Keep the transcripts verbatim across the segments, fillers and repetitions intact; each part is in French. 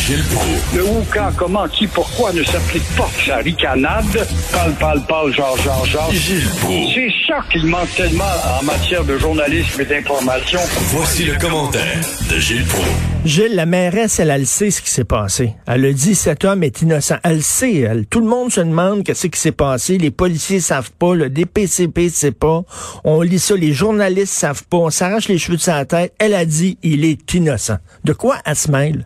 Gilles Proulx. Le où, quand, comment, qui, pourquoi ne s'applique pas sa ricanade. Parle, parle, parle, genre, genre, genre. Gilles Proulx. C'est ça qu'il manque tellement en matière de journalisme et d'information. Voici le commentaire de Gilles Proulx. Gilles, la mairesse, elle, elle sait ce qui s'est passé. Elle a dit, cet homme est innocent. Elle le sait. Elle. Tout le monde se demande qu'est-ce qui s'est passé. Les policiers savent pas. Le D P C P sait pas. On lit ça. Les journalistes savent pas. On s'arrache les cheveux de sa tête. Elle a dit, il est innocent. De quoi elle se mêle?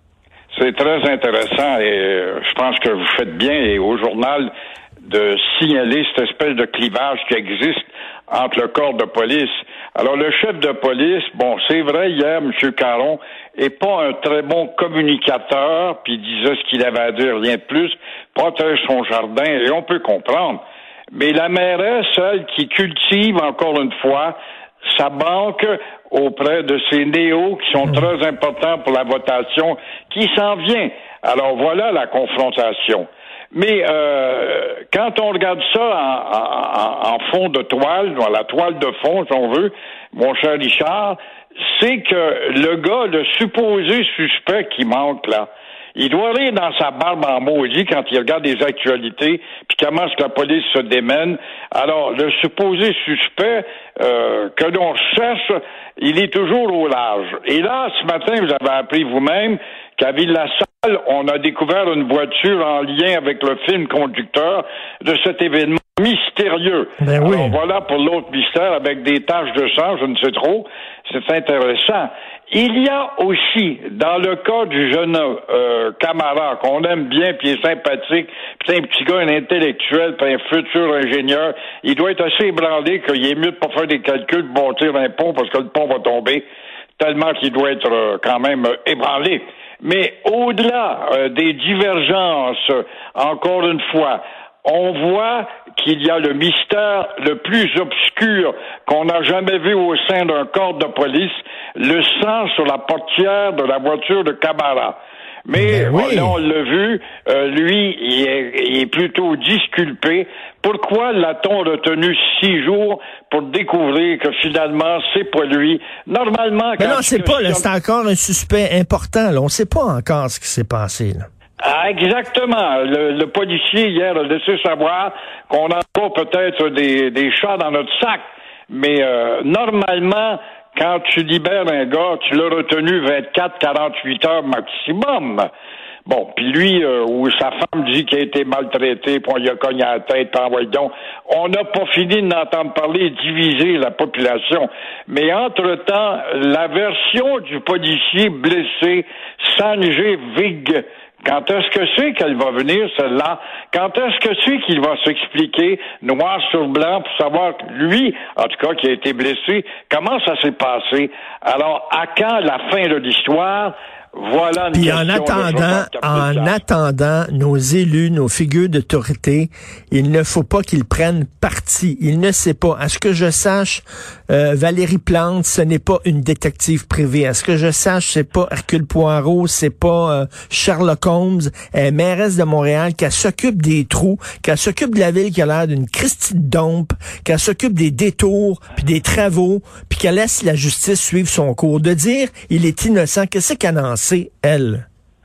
C'est très intéressant et euh, je pense que vous faites bien et au journal de signaler cette espèce de clivage qui existe entre le corps de police. Alors, le chef de police, bon, c'est vrai, hier, M. Caron est pas un très bon communicateur, puis il disait ce qu'il avait à dire, rien de plus, pas très son jardin, et on peut comprendre. Mais la mairesse, elle, qui cultive, encore une fois, sa banque auprès de ces néos qui sont très importants pour la votation, qui s'en vient. Alors, voilà la confrontation. Mais euh, quand on regarde ça en, en, en fond de toile, dans la toile de fond, si on veut, mon cher Richard, c'est que le gars, le supposé suspect qui manque là, il doit aller dans sa barbe en maudit quand il regarde les actualités, puis comment est-ce que la police se démène. Alors, le supposé suspect euh, que l'on cherche, il est toujours au large. Et là, ce matin, vous avez appris vous-même qu'à Ville-la-Salle, on a découvert une voiture en lien avec le film conducteur de cet événement mystérieux. Ben oui. Alors, voilà pour l'autre mystère avec des taches de sang, je ne sais trop. C'est intéressant. Il y a aussi, dans le cas du jeune euh, Camara, qu'on aime bien, puis il est sympathique, puis c'est un petit gars, un intellectuel, puis un futur ingénieur, il doit être assez ébranlé qu'il est mieux de pas faire des calculs, de bâtir un pont, parce que le pont va tomber, tellement qu'il doit être euh, quand même euh, ébranlé. Mais au-delà euh, des divergences, euh, encore une fois, on voit qu'il y a le mystère le plus obscur qu'on n'a jamais vu au sein d'un corps de police, le sang sur la portière de la voiture de Camara. Mais ben oui. là, on l'a vu, euh, lui, il est, il est plutôt disculpé. Pourquoi l'a-t-on retenu six jours pour découvrir que finalement, c'est pas lui? Normalement... Mais quand non, c'est pas, là, c'est encore un suspect important, là. On sait pas encore ce qui s'est passé, là. Ah, exactement. Le, le policier, hier, a laissé savoir qu'on n'a pas peut-être des, des chats dans notre sac. Mais euh, normalement, quand tu libères un gars, tu l'as retenu vingt-quatre à quarante-huit heures maximum. Bon, puis lui, euh, ou sa femme dit qu'il a été maltraité, puis on lui a cogné à la tête, puis envoyé donc. On n'a pas fini d'entendre parler et diviser la population. Mais entre-temps, la version du policier blessé, Sanjay Vig, quand est-ce que c'est qu'elle va venir, celle-là? Quand est-ce que c'est qu'il va s'expliquer, noir sur blanc, pour savoir, lui, en tout cas, qui a été blessé, comment ça s'est passé? Alors, à quand la fin de l'histoire? Voilà une Puis question. en attendant, en attendant, nos élus, nos figures d'autorité, il ne faut pas qu'ils prennent parti. Il ne sait pas. À ce que je sache, euh, Valérie Plante, ce n'est pas une détective privée. À ce que je sache, c'est pas Hercule Poirot, c'est pas euh, Sherlock Holmes, elle est mairesse de Montréal, qu'elle s'occupe des trous, qu'elle s'occupe de la ville qui a l'air d'une Christie de dompe, qu'elle s'occupe des détours, puis des travaux, puis qu'elle laisse la justice suivre son cours. De dire, il est innocent, qu'est-ce qu'elle en c'est elle.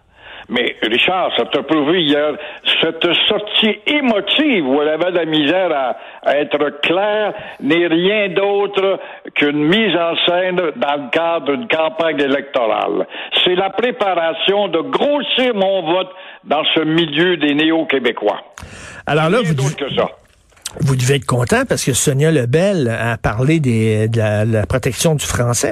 Mais, Richard, ça t'a prouvé hier cette sortie émotive où elle avait de la misère à, à être claire n'est rien d'autre qu'une mise en scène dans le cadre d'une campagne électorale. C'est la préparation de grossir mon vote dans ce milieu des néo-québécois. Alors là, rien vous d'autre que ça. Vous devez être content parce que Sonia Lebel a parlé des, de la, la protection du français.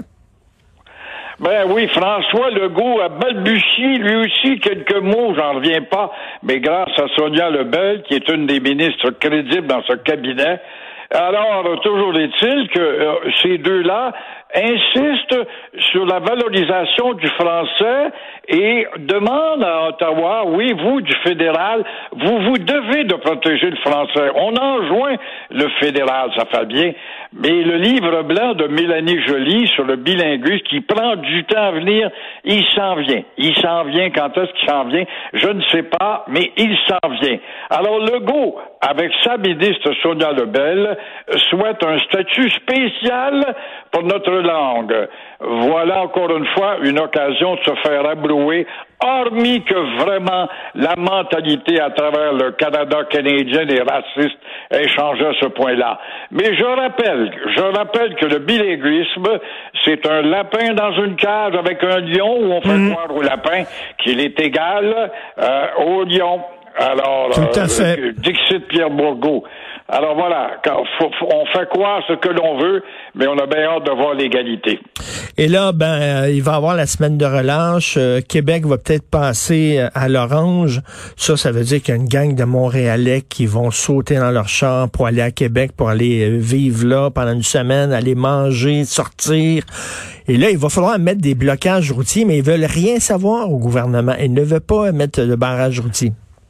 Ben oui, François Legault a balbutié lui aussi quelques mots, j'en reviens pas, mais grâce à Sonia Lebel, qui est une des ministres crédibles dans ce cabinet. Alors, toujours est-il que euh, ces deux-là insistent sur la valorisation du français et demandent à Ottawa, oui, vous, du fédéral, vous vous devez de protéger le français. On enjoint le fédéral, ça fait bien, mais le livre blanc de Mélanie Joly sur le bilinguisme qui prend du temps à venir, il s'en vient. Il s'en vient. Quand est-ce qu'il s'en vient? Je ne sais pas, mais il s'en vient. Alors, Legault, avec sa ministre Sonia Lebel, souhaite un statut spécial pour notre langue. voilà encore une fois une occasion de se faire abrouer, hormis que vraiment la mentalité à travers le Canada canadien est raciste ait changé à ce point-là. Mais je rappelle, je rappelle que le bilinguisme, c'est un lapin dans une cage avec un lion où on fait mmh. croire au lapin qu'il est égal euh, au lion. Alors, Tout à fait. Euh, Dixit Pierre Bourgault. Alors voilà, quand, faut, faut, on fait croire ce que l'on veut, mais on a bien hâte de voir l'égalité. Et là, ben, euh, il va y avoir la semaine de relâche. Euh, Québec va peut-être passer euh, à l'orange. Ça, ça veut dire qu'il y a une gang de Montréalais qui vont sauter dans leur char pour aller à Québec, pour aller euh, vivre là pendant une semaine, aller manger, sortir. Et là, il va falloir mettre des blocages routiers, mais ils veulent rien savoir au gouvernement. Ils ne veulent pas mettre de barrage routier.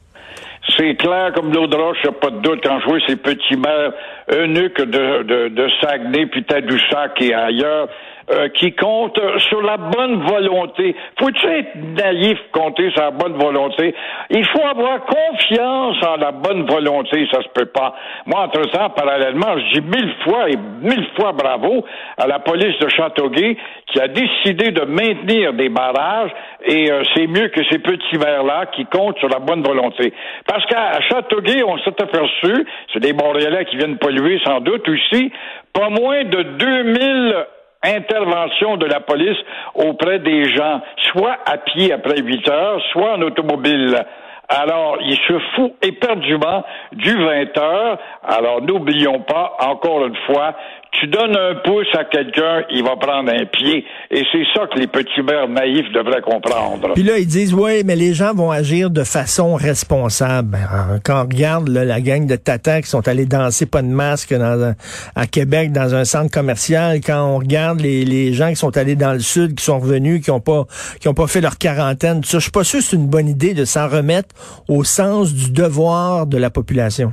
C'est clair comme l'eau de roche, il n'y a pas de doute, quand je vois ces petits maires eunuques de, de, de Saguenay, puis Tadoussac et ailleurs, euh, qui comptent sur la bonne volonté. Faut-tu être naïf, compter sur la bonne volonté? Il faut avoir confiance en la bonne volonté, ça se peut pas. Moi, entre-temps, parallèlement, je dis mille fois et mille fois bravo à la police de Châteauguay qui a décidé de maintenir des barrages, et euh, c'est mieux que ces petits maires-là qui comptent sur la bonne volonté. Parce qu'à Châteauguay, on s'est aperçu, c'est des Montréalais qui viennent polluer sans doute aussi, pas moins de deux mille intervention de la police auprès des gens, soit à pied après huit heures, soit en automobile. Alors, il se fout éperdument du vingt heures. Alors, n'oublions pas, encore une fois, tu donnes un pouce à quelqu'un, il va prendre un pied. Et c'est ça que les petits maires naïfs devraient comprendre. Puis là, ils disent, oui, mais les gens vont agir de façon responsable. Quand on regarde là, la gang de tatas qui sont allés danser pas de masque dans un, à Québec, dans un centre commercial, quand on regarde les, les gens qui sont allés dans le sud, qui sont revenus, qui ont pas qui ont pas fait leur quarantaine, tout ça, je suis pas sûr que c'est une bonne idée de s'en remettre au sens du devoir de la population.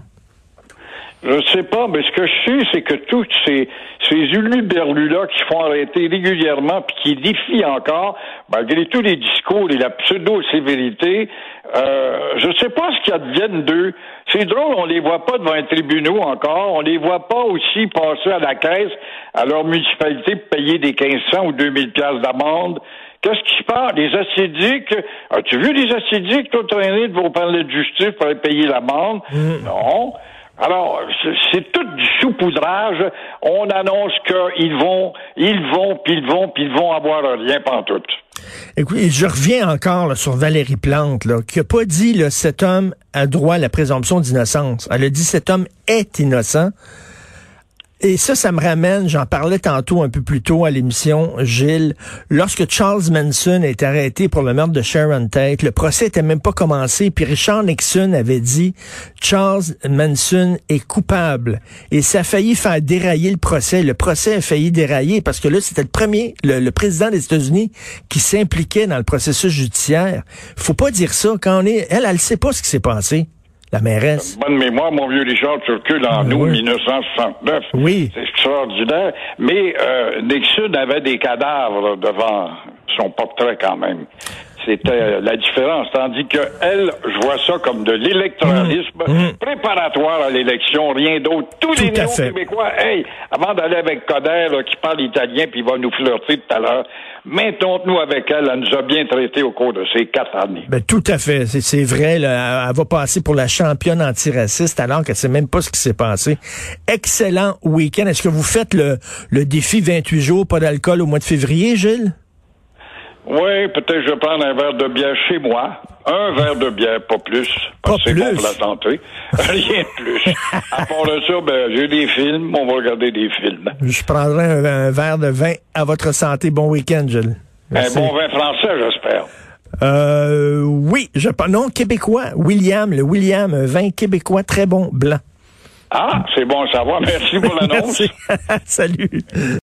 Je sais pas, mais ce que je sais, c'est que tous ces, ces huluberlus-là qui font arrêter régulièrement puis qui défient encore, malgré tous les discours et la pseudo-sévérité, euh, je sais pas ce qu'ils adviennent d'eux. C'est drôle, on les voit pas devant un tribunal encore, on les voit pas aussi passer à la caisse à leur municipalité pour payer des quinze cents ou deux mille piastres d'amende. Qu'est-ce qui se passe? Les acidiques, as-tu vu les acidiques, toi, traîner devant le palais de justice pour aller payer l'amende? Mmh. Non. Alors, c'est tout du saupoudrage. On annonce qu'ils vont, ils vont, puis ils vont, puis ils vont avoir rien pantoute. Écoute, je reviens encore là, sur Valérie Plante, là, qui n'a pas dit là, cet homme a droit à la présomption d'innocence. Elle a dit cet homme est innocent. Et ça, ça me ramène, j'en parlais tantôt un peu plus tôt à l'émission, Gilles, lorsque Charles Manson a été arrêté pour le meurtre de Sharon Tate, le procès était même pas commencé, puis Richard Nixon avait dit Charles Manson est coupable. Et ça a failli faire dérailler le procès. Le procès a failli dérailler parce que là, c'était le premier, le, le président des États-Unis qui s'impliquait dans le processus judiciaire. Faut pas dire ça. Quand on est, elle, elle sait pas ce qui s'est passé. La mairesse. Bonne mémoire, mon vieux Richard, tu recules en août oui. dix-neuf cent soixante-neuf. Oui. C'est extraordinaire. Mais euh, Nixon avait des cadavres devant son portrait quand même. C'était la différence. Tandis que elle, je vois ça comme de l'électoralisme mmh. préparatoire à l'élection, rien d'autre. Tous Tout les néo-québécois, hey, avant d'aller avec Coder, là, qui parle italien puis il va nous flirter tout à l'heure, maintenons-nous avec elle. Elle nous a bien traités au cours de ces quatre années. Ben, tout à fait. C'est, c'est vrai, là, elle va passer pour la championne antiraciste alors qu'elle sait même pas ce qui s'est passé. Excellent week-end. Est-ce que vous faites le, le défi vingt-huit jours, pas d'alcool au mois de février, Gilles? Oui, peut-être je vais prendre un verre de bière chez moi. Un verre de bière, pas plus. Pas c'est plus. bon pour la santé. Rien de plus. À part de ça, ben, j'ai des films. On va regarder des films. Je prendrai un, un verre de vin à votre santé. Bon week-end, Gilles. Merci. Un bon vin français, j'espère. Euh, oui, je non, québécois. William, le William, un vin québécois très bon, blanc. Ah, c'est bon à savoir. Merci pour l'annonce. Merci. Salut.